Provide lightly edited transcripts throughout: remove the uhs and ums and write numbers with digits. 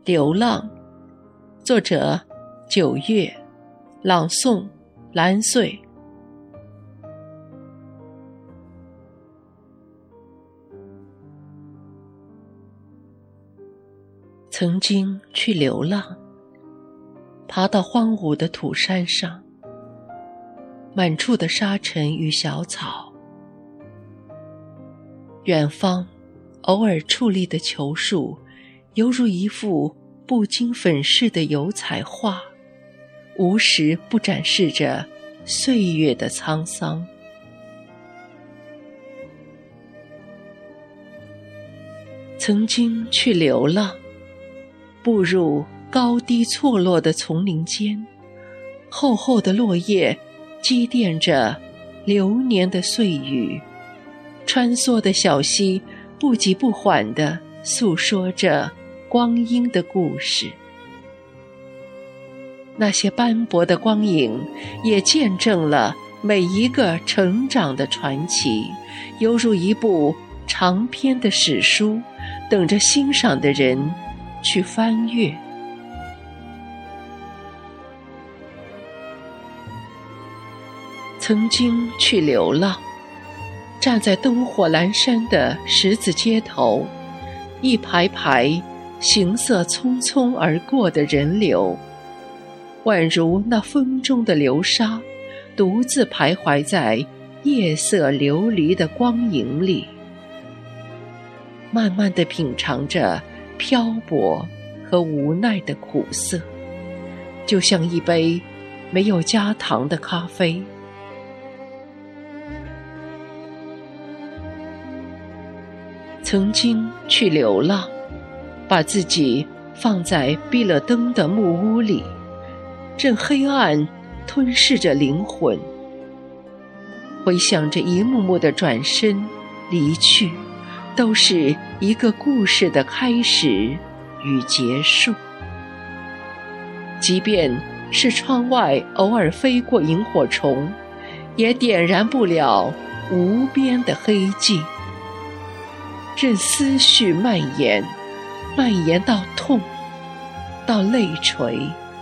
流浪，作者9月，朗诵蓝穗。曾经去流浪，爬到荒芜的土山上，满处的沙尘与小草，远方偶尔矗立的球树，犹如一幅不经粉饰的油彩画，无时不展示着岁月的沧桑。曾经去流浪，步入高低错落的丛林间，厚厚的落叶积淀着流年的碎语，穿梭的小溪不急不缓地诉说着光阴的故事。那些斑驳的光影也见证了每一个成长的传奇，犹如一部长篇的史书，等着欣赏的人去翻阅。曾经去流浪，站在灯火阑珊的十字街头，一排排行色匆匆而过的人流，宛如那风中的流沙，独自徘徊在夜色流离的光影里，慢慢地品尝着漂泊和无奈的苦涩，就像一杯没有加糖的咖啡。曾经去流浪，把自己放在闭了灯的木屋里，任黑暗吞噬着灵魂，回想着一幕幕的转身离去，都是一个故事的开始与结束。即便是窗外偶尔飞过萤火虫，也点燃不了无边的黑寂。任思绪蔓延，蔓延到痛，到泪垂。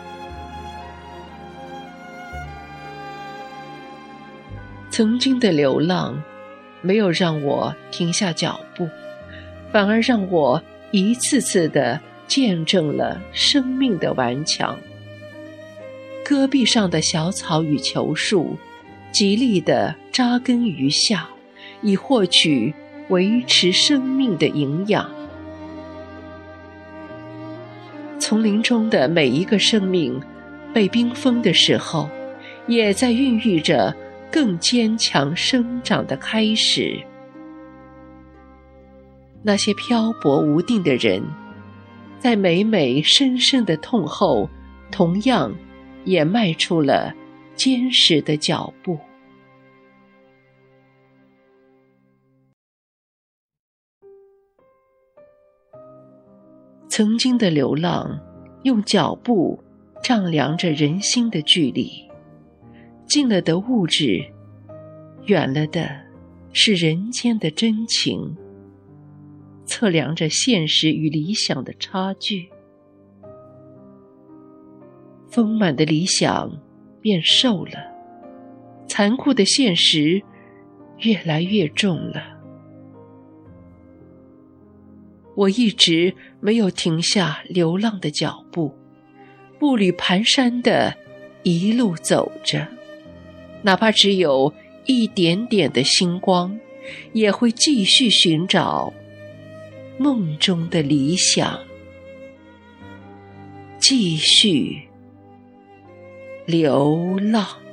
曾经的流浪没有让我停下脚步，反而让我一次次地见证了生命的顽强。戈壁上的小草与球树极力地扎根于下，以获取维持生命的营养。丛林中的每一个生命被冰封的时候，也在孕育着更坚强生长的开始。那些漂泊无定的人，在每每深深的痛后，同样也迈出了坚实的脚步。曾经的流浪，用脚步丈量着人心的距离，近了的物质，远了的是人间的真情，测量着现实与理想的差距。丰满的理想变瘦了，残酷的现实越来越重了。我一直没有停下流浪的脚步，步履蹒跚地一路走着，哪怕只有一点点的星光，也会继续寻找梦中的理想，继续流浪。